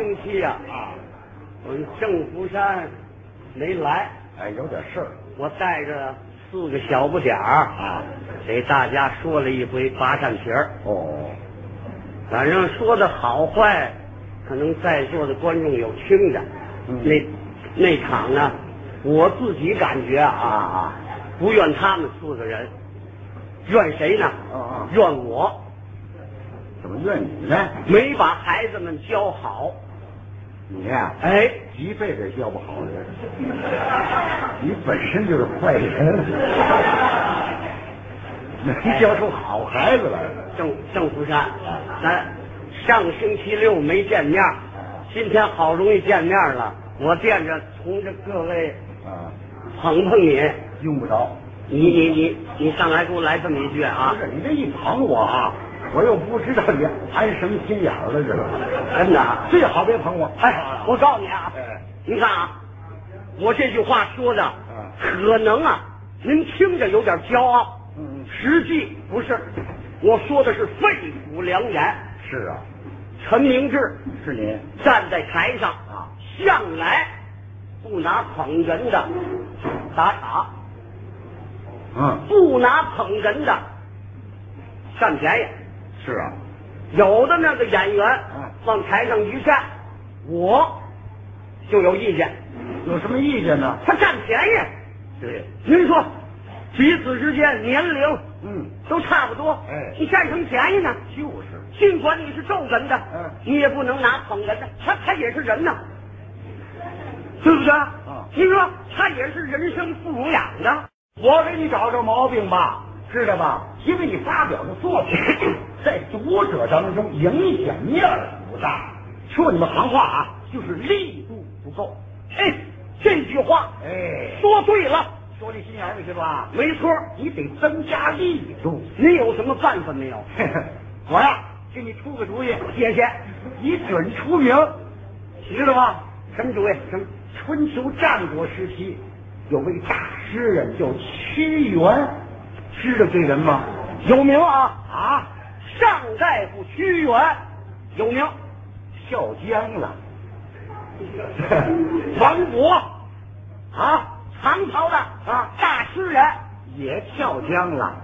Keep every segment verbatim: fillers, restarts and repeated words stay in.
星期呀、啊，啊，我们郑福山没来， 哎，有点事儿。 我带着四个小不点儿啊，给大家说了一回拔扇皮儿。 哦， 反正说的好坏，可能在座的观众有听的。 嗯、 那那场呢，我自己感觉啊啊，不怨他们四个人，怨谁呢？ 啊啊， 怨我。 怎么怨你呢？ 没把孩子们教好。 你呀、啊， 哎， 一辈子教不好人，你本身就是坏人，没教出好孩子来。 郑郑福山，咱上星期六没见面，今天好容易见面了，我惦着同着各位啊捧捧你， 用不着。 你你你你上来给我来这么一句啊！ 不是你这一捧我啊，我又不知道你安什么心眼儿了，知道吗？ 真的啊， 最好别捧我。 哎，我告诉你啊， 哎， 你看啊，我这句话说的， 嗯， 可能啊，您听着有点骄傲， 嗯， 实际不是，我说的是肺腑良言。 是啊， 陈明志是你站在台上啊， 向来不拿捧人的打岔， 嗯， 不拿捧人的占便宜。 是啊， 有的那个演员嗯往台上一站，我就有意见。 有什么意见呢？ 他占便宜。 对， 您说彼此之间年龄嗯， 都差不多， 哎你占什么便宜呢？ 就是尽管你是咒人的， 嗯你也不能拿捧人的，他他也是人呐，对不对？ 嗯您说他也是人生父母养的。 我给你找着毛病吧，知道吧？因为你发表的作品在读者当中影响面不大，说你们行话啊，就是力度不够。 哎，这句话哎， 说对了， 说这心眼里去吧， 没错。 你得增加力度。 您有什么办法没有？ 我呀，给你出个主意， 谢谢。 你准出名，知道吗？ 什么主意？什么？ 春秋战国时期有位大诗人叫屈原，知道这人吗？ 有名啊啊， 上大夫屈原有名， 跳江了。 王勃啊，唐朝的啊大诗人也跳江了。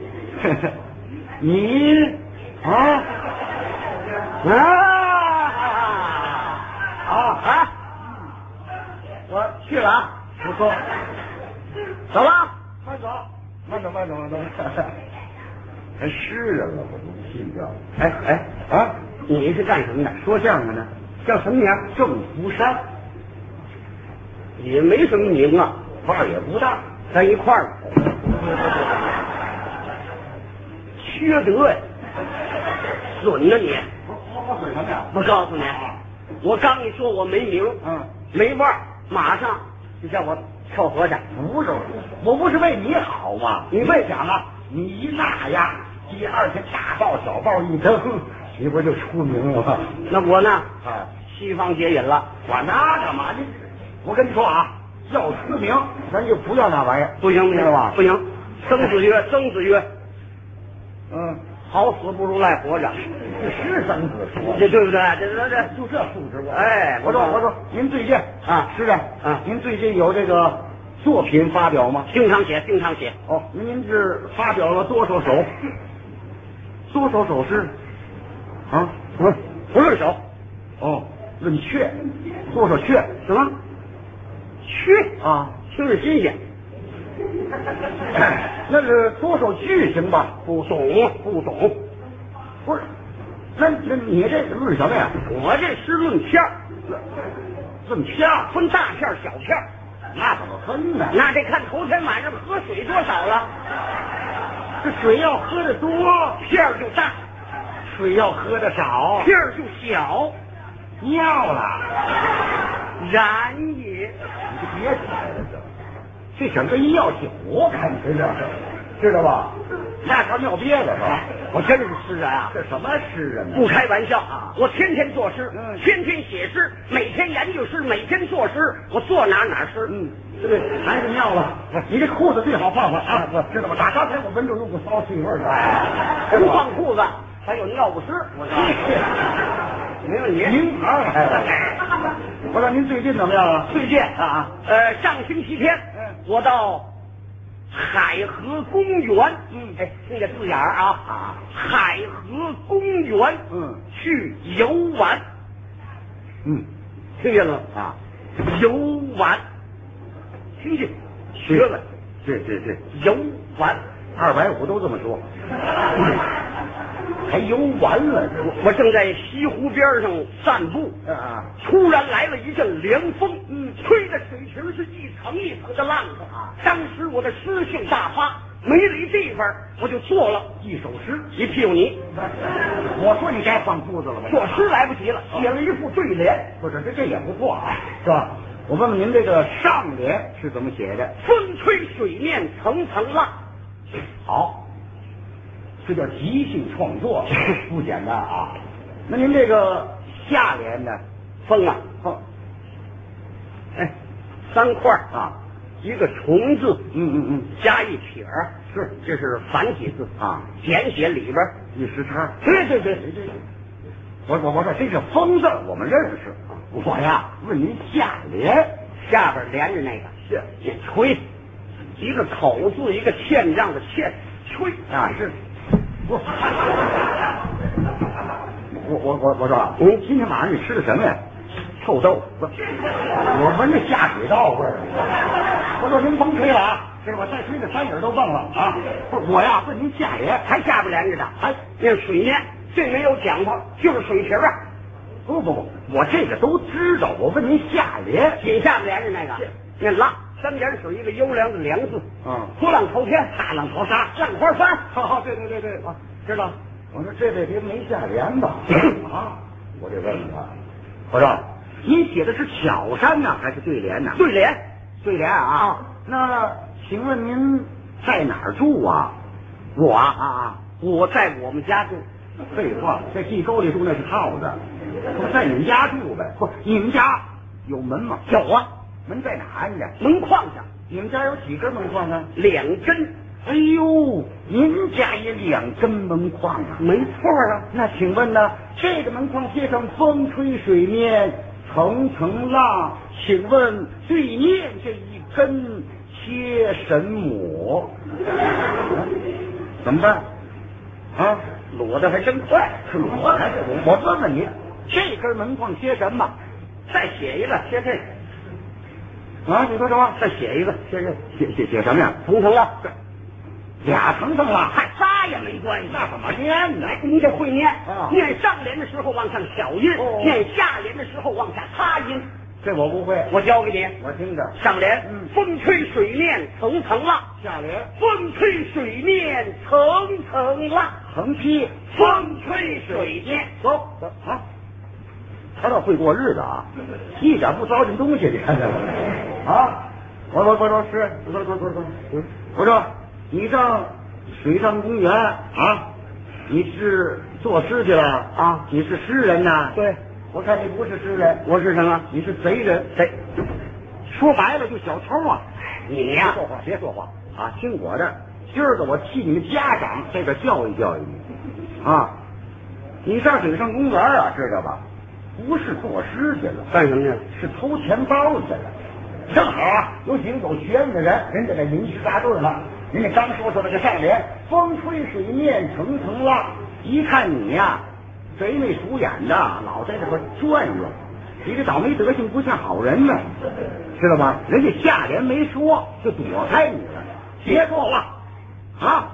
你啊啊啊啊！我去了啊， 不错， 走了， 慢走，慢走，慢走，慢走。还诗人了，我都信教。 哎哎啊， 你是干什么的？ 说相声的， 叫什么名？ 郑福山， 也没什么名啊， 腕儿也不大， 在一块儿。缺德呀！损呢你！ 我我损什么呀？ 我告诉你，我刚一说我没名， 嗯， 没腕儿，马上就叫我跳河去。 不是，我不是为你好吗？ 你为啥啊？ 你一那样，第二天大报小报一登，你不就出名了吗？ 那我呢？ 啊， 西方结瘾了， 管那干嘛？你，我跟你说啊，要出名，咱就不要那玩意儿。 不行不行吧？ 不行。曾子曰：“曾子曰， 嗯， 好死不如赖活着。” 这是曾子说的， 这对不对？这这这， 就这素质我。 哎， 我说我说，您最近啊， 是的啊， 您最近有这个作品发表吗？ 经常写，经常写。 哦，您是发表了多少首？多少首诗？啊， 不是不论手， 哦，论阙，多少阙？ 什么？去啊， 听着新鲜。 那是多少句行吧？ 不懂不懂， 不是，那那你这论什么呀？ 我这是论片儿， 论片儿， 分大片儿小片儿。 那怎么分呢？ 那得看头天晚上喝水多少了， 这水要喝的多， 片儿就大， 水要喝的少， 片儿就小。 尿了。 然也， 你就别猜了，这这整个一尿酒，我看你这是，知道吧？那条尿憋子是吧？ 我真是诗人啊！ 这什么诗人呢？ 不开玩笑啊！我天天作诗， 嗯天天写诗，每天研究诗，每天作诗，我坐哪儿哪儿诗。 嗯，对，还是尿了。你这裤子最好换换啊，知道吧？打刚才我闻着有股骚气味儿的， 不换裤子还有尿不湿，我没问题。 名牌来了。我说您最近怎么样啊？ 最近啊， 呃，上星期天， 嗯， 我到海河公园， 嗯， 哎，听这字眼儿啊啊，海河公园， 嗯， 去游玩， 嗯， 听见了啊， 游玩，听见学问， 对对对， 游玩， 二百五都这么说，还游完了， 我我正在西湖边上散步， 啊， 突然来了一阵凉风，嗯，吹的水球是一层一层的浪子啊！当时我的诗兴大发，没了一地方，我就做了一首诗，一屁股泥。 我说你该换裤子了吧？ 作诗来不及了，写了一副对联， 不是，这这也不错啊，是吧？我问问您，这个上联是怎么写的？ 风吹水面层层浪。 好，这叫即兴创作，不简单啊。那您这个下联呢？ 风啊， 风， 哎，三块啊， 一个虫字， 嗯嗯嗯， 加一撇儿， 是， 这是繁体字啊， 简写里边一时差。 对对对对对对，我我我说这个风字我们认识，我呀问您下联， 下边连着那个是念吹，一个口字，一个欠账的欠，吹啊是，我我我我我说， 嗯， 今天晚上你吃的什么呀？臭豆腐，我闻着下水道味儿。我说您甭吹了啊，这我再吹那三影都蹦了啊！不是我呀，问您下联， 还下边连着的， 还念水面，这没有讲头，就是水瓶啊。 不不不，我这个都知道。我问您下联， 紧下边连着那个念浪，三点水一个优良的良字， 嗯， 波浪滔天，大浪淘沙，浪花翻。 好好，对对对对，啊，知道。我说这位别没下联吧？啊，我得问问他。我说您写的是巧山呢，还是对联呢？ 对联， 对联啊。啊那请问您在哪儿住啊？ 我啊啊， 我在我们家住。 废话，在地沟里住那是套子，我在你们家住呗。不，你们家有门吗？ 有啊， 门在哪安着？ 门框上。 你们家有几根门框啊？ 两根。 哎呦，您家也两根门框啊？ 没错啊。 那请问呢，这个门框贴上风吹水面层层浪，请问对面这一根贴什么？啊、怎么办？啊， 裸的还真快， 是裸还是裸？我问问你，这根门框贴什么？ 再写一个，贴这个。 啊，你说什么？ 再写一个，贴这个。 写写写什么呀？ 层层浪。 俩层层浪， 还仨也没关系。 那怎么念呢？ 你得会念啊！ 念上联的时候往上小音， 哦、 念下联的时候往下擦音。 这我不会， 我教给你。 我听着。 上联， 嗯， 风吹水面层层浪； 下联， 风吹水面层层浪。 横批， 风吹水面。 走走啊！他倒会过日子啊，一点不糟践东西，你看见了啊？我我我说是，我说我说我说，我说你上水上公园啊，你是作诗去了啊？你是诗人呐？ 对， 我看你不是诗人， 我是什么？ 你是贼人。贼，说白了就小偷啊！ 你呀， 别说话，别说话啊！听我的，今儿个我替你们家长在这教育教育你啊！你上水上公园啊，知道吧？不是作诗去了， 干什么去？ 是偷钱包去了。正好啊，有几个有学问的人，人家在临时扎堆了。人家刚说出来个上联，风吹水面层层浪，一看你呀、啊，贼眉鼠眼的，老在这块转悠，你这倒霉德行不像好人呢，知道吗？人家下联没说，就躲开你了。别说话啊！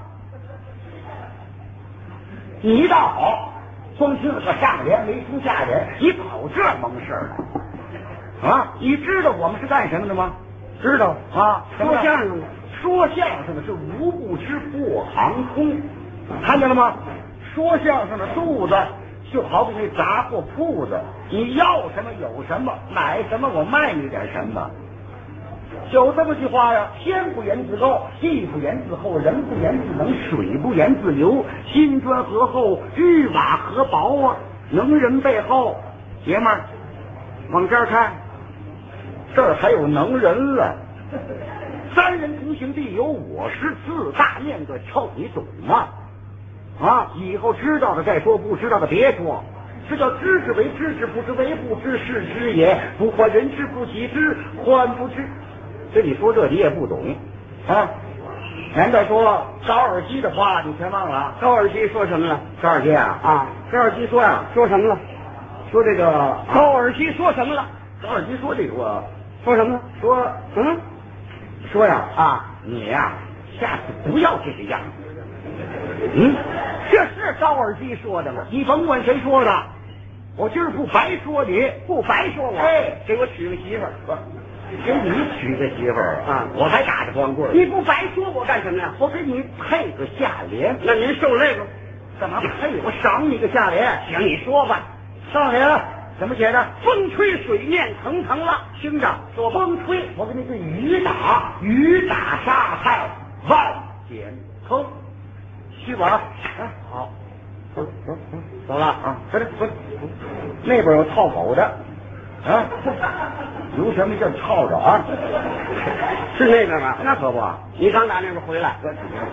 你倒好，光听了个上联没出下联，你跑这蒙事儿来啊！你知道我们是干什么的吗？知道啊， 说相声的。 说相声的是无不知过航空，看见了吗？说相声的肚子就好比那杂货铺子，你要什么有什么，买什么我卖你点什么。有这么句话呀：天不言自高，地不言自厚，人不言自能，水不言自流。金砖何厚，玉瓦何薄啊！能人背后，爷们儿，往这儿看，这儿还有能人了。三人同行必有我师，自大面个臭，你懂吗？啊，以后知道的再说，不知道的别说。 这叫知之为知之，不知为不知，是知也。不患人之不己知，患不知。跟你说这你也不懂啊？难道说高尔基的话你全忘了？ 高尔基说什么了？ 高尔基啊啊， 高尔基说呀、啊， 说什么了？ 说这个、啊、 高尔基说什么了？ 高尔基说这个说什么了？ 说嗯， 说呀啊， 你呀、啊，下次不要这个样子。 嗯，这是高尔基说的吗？ 你甭管谁说的，我今儿不白说你， 不白说我。 哎， 给我娶个媳妇儿。 给你娶个媳妇儿啊， 我还打着光棍儿。 你不白说我干什么呀？ 我给你配个下联。 那您受累吧。 干嘛配？我赏你个下联。 行，你说吧。 上联怎么写的？ 风吹水面腾腾浪。 听着，说风吹，我给你个雨打，雨打沙滩万点坑。去吧。啊，好。走走走，走了啊！走走走，那边有套狗的。啊，留什么劲操着啊？ 是那边吗？ 那可不， 你刚打那边回来。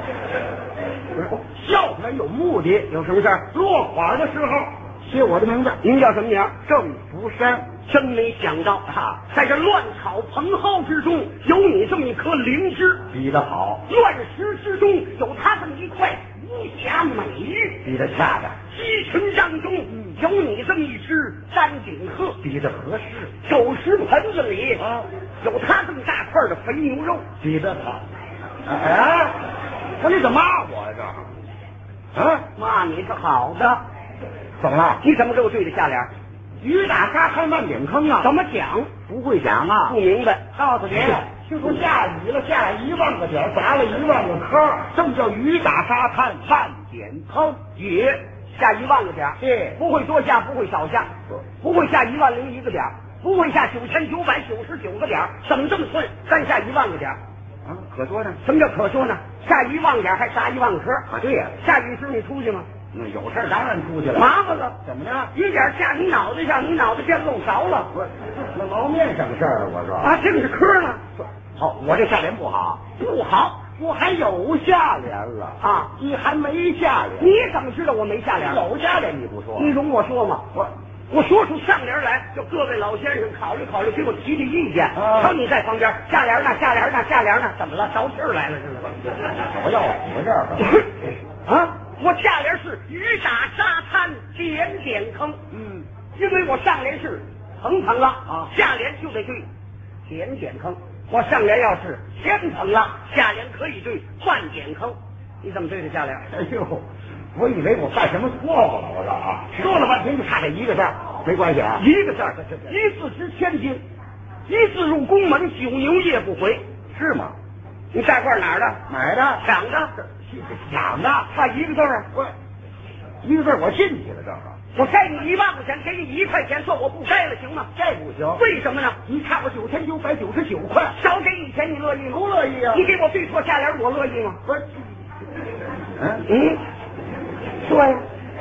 笑出来有目的， 有什么事儿？ 落款的时候写我的名字。 您叫什么名？ 郑福山。 真没想到啊，在这乱草蓬蒿之中，有你这么一颗灵芝。 比得好。 乱石之中有他这么一块无瑕美玉。 比得恰当。 鸡群当中有你这么一只丹顶鹤。 比得合适。 狗食盆子里啊有他这么大块的肥牛肉。 比得好。哎，我你怎么骂我呀这？啊， 骂你是好的。 怎么了？ 你怎么给我对的下联？ 雨打沙滩万点坑啊！ 怎么讲？ 不会讲啊？ 不明白。 告诉你，就说下雨了，下一万个点，砸了一万个坑，正叫雨打沙滩万点坑。 雨下一万个点， 对， 不会多下，不会少下，不会下一万零一个点，不会下九千九百九十九个点，怎么这么顺？单下一万个点啊？可说呢？ 什么叫可说呢？下一万点还砸一万个坑啊？对呀、 啊。下雨时你出去吗？ 那有事当然出去了。 麻烦了。 怎么呢？ 一点下你脑袋上，你脑袋先漏勺了。 我那捞面省事儿了，我说啊，这个是坑呢。 好，我这下联不好， 不好， 我还有下联了啊！ 你还没下联？ 你怎么知道我没下联？ 有下联你不说？ 你容我说吗？ 我我说出上联来，叫各位老先生考虑考虑，给我提提意见。 啊、 瞧你在旁边，下联呢？下联呢？下联呢？怎么了？着气儿来了是吧？ 我要我这儿啊！我下联是雨打沙滩点点坑， 嗯， 因为我上联是腾腾浪啊， 下联就得对点点坑。我上联要是千腾浪，下联可以对万点坑。你怎么对的下联？ 哎呦，我以为我犯什么错误了，我说啊，说了半天就差这一个字，没关系啊， 一个字儿，一字值千金，一字入宫门，九牛夜不回， 是吗？ 你大褂哪儿的？ 买的， 抢的， 抢的， 差一个字儿， 我一个字我进去了，这个我该你一万块钱，给你一块钱，算我不该了，行吗？ 这不行， 为什么呢？ 你差我九千九百九十九块， 少给你钱，你乐意吗？ 不乐意啊！ 你给我对错下联，我乐意吗？ 不是，嗯嗯，说呀，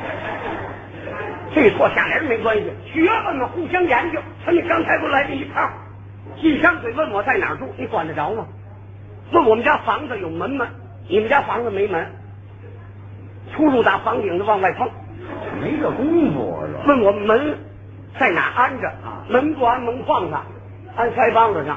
对错下联没关系，学问嘛，互相研究。瞧你刚才给我来这一套，一张嘴问我在哪儿住，你管得着吗？问我们家房子有门吗？你们家房子没门，出入打房顶子往外碰， 没这功夫啊！ 问我门在哪安着啊？门不安门框上，安腮帮子上。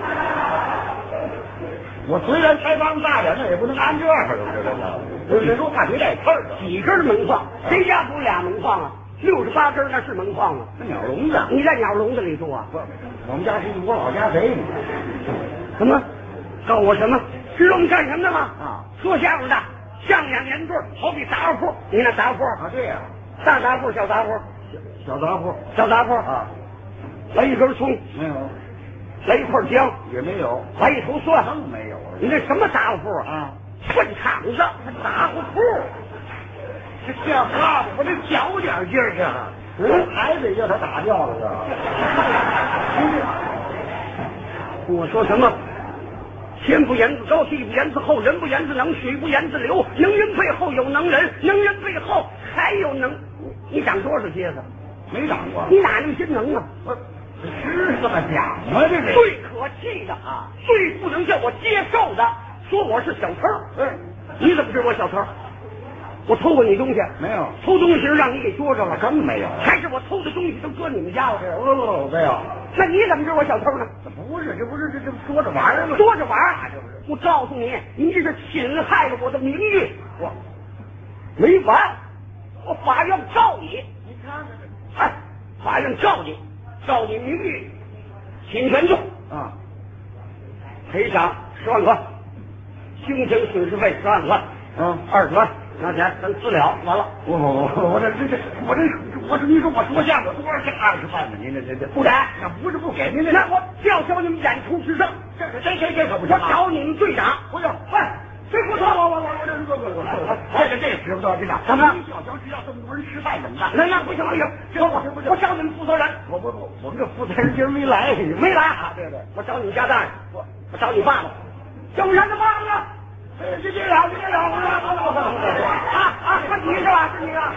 我虽然腮帮大点，那也不能安这个，知道吗？我是说怕别带刺儿的。 几根门框？谁家不是俩门框啊？六十八根那是门框啊？ 那鸟笼子， 你在鸟笼子里住啊？ 不，我们家是一窝老家贼。 什么？告我什么？知道我们干什么的吗？ 啊， 说相声的，像两年对，好比杂货铺。你那杂货啊，对呀、 啊，大杂货、小杂货， 小杂货， 小杂货啊， 来一根葱， 没有， 来一块姜， 也没有， 来一头蒜， 更没有了。 你这什么杂货啊？ 粪场子，杂货铺。 这像话吗？我得搅点劲儿去。嗯，还得叫他打掉了这。 我说什么？天不言自高，地不言自厚，人不言自能，水不言自流。能人背后有能人，能人背后还有能。你长多少疖子？ 没长过。 你哪那么些能啊？ 我是这么讲吗？这是最可气的啊！最不能叫我接受的，说我是小偷。 嗯， 你怎么知道我小偷？ 我偷过你东西？ 没有。 偷东西是让你给捉着了？ 更没有。 还是我偷的东西都搁你们家了？ 哦，没有。 那你怎么知道我小偷呢？ 不是，这不是这这说着玩吗？ 说着玩啊！这不是。我告诉你，你这是侵害了我的名誉。我没完，我法院告你。 你看看这，哎，法院告你，告你名誉侵权罪啊， 赔偿十万块，行政损失费十万块， 嗯， 二十万，拿钱咱私了，完了。 我我我我这这这我这我这你说我说相声多少钱二十万呢？您这这这不给， 那不是不给您这， 那我吊销你们演出执照。 这这这这可不行啊！ 我找你们队长， 不是， 喂，谁给我说？ 我我我我这这这这这这使不得，队长。 怎么了？ 小小只要这么多人吃饭怎么办？ 那那不行不行， 这我不行， 我找你们负责人。 我我我我们这负责人今儿没来， 没来啊？对对， 我找你们家大人，我我找你爸爸，叫人的爸爸呢？ 哎，这这了，这这了， 啊啊，是你是吧？是你啊！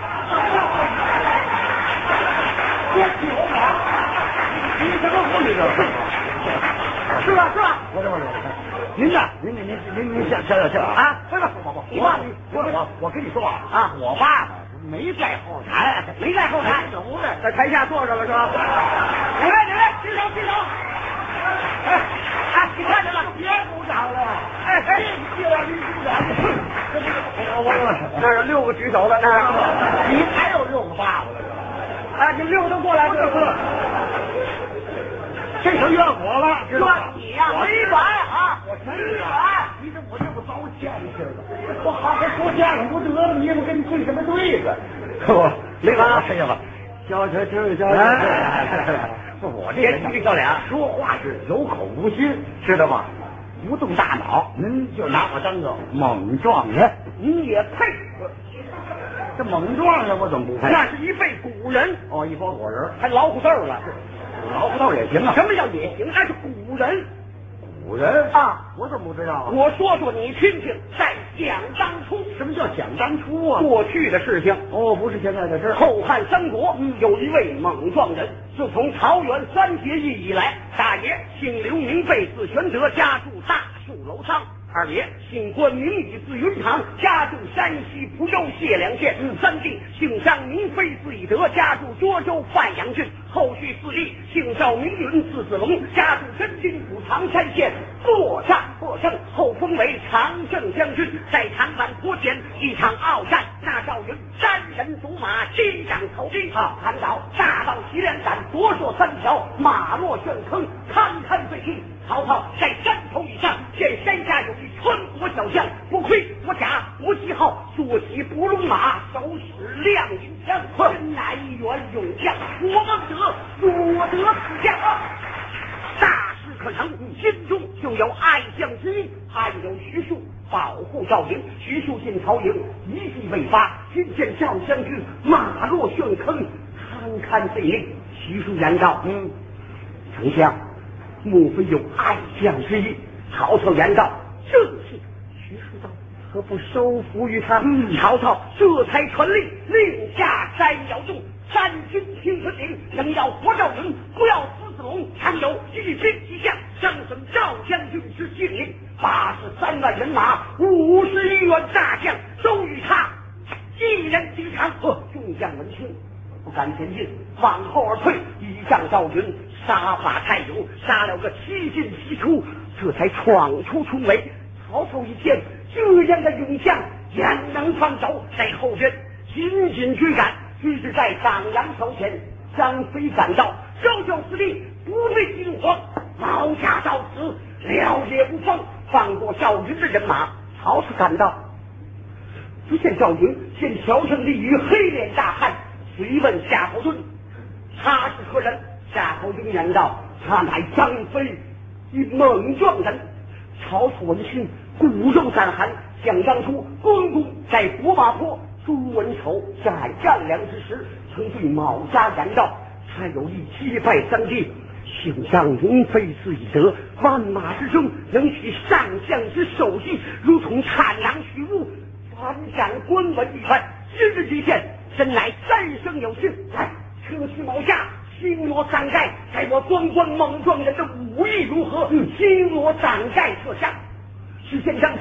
别气我啊！你什么护理的？ 是吧？是吧？ 我这我这，您呢？您您您您您下下下啊！ 啊， 不是不不， 你爸你我我我跟你说啊啊， 我爸爸没在后台， 没在后台， 不在在台下坐着了是吧？哪位哪位，举手举手！哎哎，你看见了？ 别鼓掌了！ 哎哎， 别让您鼓掌！我我那是六个举手的，那你还有六个爸爸了是吧？ 啊，你六个都过来，这是。 这可怨我了，知道吗？ 你呀，没完啊！ 我没完！你这我这不遭欠去了？我好好说相声不得了，你们跟你对什么对子？我没完！ 哎呀，消消消消！不，我这人别笑脸， 说话是有口无心，知道吗？不动大脑，您就拿我当个猛撞人， 你也配？ 这猛撞人我怎么不配？ 那是一辈古人哦，一包果仁， 还老虎豆了。 老虎豆也行啊。 什么叫也行？那是古人。 古人啊， 我怎么不知道啊？ 我说说你听听，在想当初。 什么叫想当初啊？ 过去的事情。 哦，不是现在的事。 后汉三国，嗯，有一位猛撞人，自从桃园三结义以来，大爷姓刘，名备，字玄德，家住大树楼上。二爷姓关，名羽，字云长，家住山西蒲州解良县。嗯，三弟姓张，名飞，字以德，家住涿州范阳郡。后续四弟姓赵，名允，字子龙，家住真金府常山县。作战获胜，后封为常胜将军。在长坂坡前一场鏖战，那赵云三人独马，击掌投敌，啊，砍倒大道齐两斩，夺槊三条，马落陷坑，堪堪废弃。曹操在山头以上见山下有一川国小将，不愧我甲国旗号，坐骑不龙马，手使亮银枪，真乃一员勇将，我望得所得此将啊！大事可成，心中就有爱将之意，暗有徐庶保护赵云。徐庶进曹营，一计未发，今见赵将军马落陷坑，堪堪废命。徐庶言道：“嗯，丞相。”莫非有爱将之意？曹操言道：“正是。”徐庶道：“何不收服于他？”嗯，曹操这才传令，令下山摇动，三军听分明，能要活赵云，不要死子龙，常有一兵一将，伤损赵将军之性命。八十三万人马，五十余员大将，都与他一人敌场。呵，众将闻听，不敢前进，往后而退，倚仗赵云杀伐太勇，杀了个七进七出，这才闯出重围。曹操一见这样的勇将，焉能放手，在后边紧紧追赶，追至在长阳桥前，张飞赶到，招叫司令不必惊慌，毛家到此了也无妨，放过赵云的人马。曹操赶到，只见赵云见桥上立于黑脸大汉，随问夏侯惇：“他是何人？”夏侯惇言道：“他乃张飞，一猛撞人。”曹操闻讯，骨肉胆寒。想当初，关公在博马坡诛文丑，斩战良之时，曾对卯家言道：“他有意击败三弟，姓张名飞，字以德，万马之中能取上将之首级，如同产狼取物，反斩关文一番。今日一见，真乃三生有幸。来，车骑毛下。”星罗掌盖，待我观观猛撞人的武艺如何？嗯，星罗掌盖特下。只见张飞身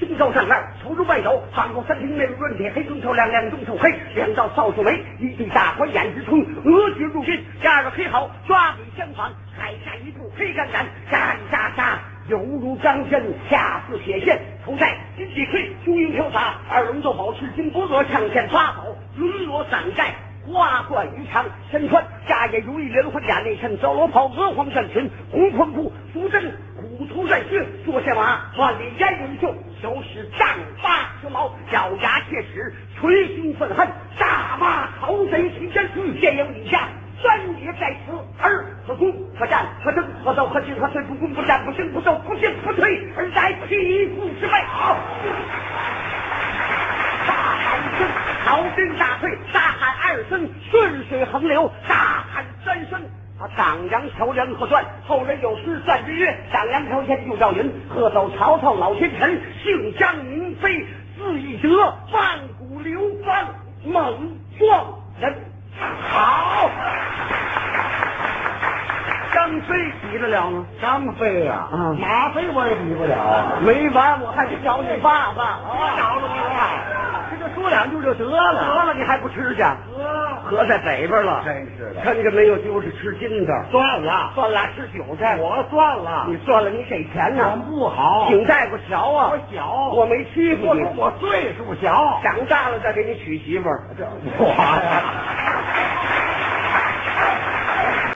金高上二，头如外斗，反过三庭内润铁，黑中透亮，亮中透黑，两道扫帚眉，一对大环眼直通，额角入心，第二个黑好，抓笔相反，海下一步黑杆杆，扎里扎扎。犹如钢针，下似铁线，头戴金脊盔，雄鹰飘洒，二龙斗宝，赤金叵额，上线八宝，轮罗伞盖，花冠鱼肠，身穿下也如意连环甲，内衬小罗袍，鹅黄战裙，红昆布，足针虎头战靴，坐下马，万里烟云袖，手使丈八蛇矛，咬牙切齿，捶心愤恨，大骂曹贼其真，现有以下。三爷在此，而何攻何战何争何斗何进何退，不攻不战不胜不斗不进不退，而在匹夫之辈。大喊一声，曹真大退；大喊二声，顺水横流；大喊三声，啊，党阳桥梁贺传。后人有诗赞之曰：党阳桥前就赵云，喝走曹操老奸臣，姓张名飞，字翼德，万古流芳，猛撞人。好，张飞比得了吗？ 张飞呀、啊， 啊， 马飞我也比不了啊。 没完，我还得找你爸爸啊！ 找了我，这就说两句就得了。 得了，你还不吃去？河在北边了， 真是的。 趁着没有丢是吃金的， 算了， 算了，吃韭菜。 我算了， 你算了，你给钱呢？ 我不好， 请大夫瞧啊！ 我小， 我没欺负你， 我我岁数小， 长大了再给你娶媳妇儿。 这我呀。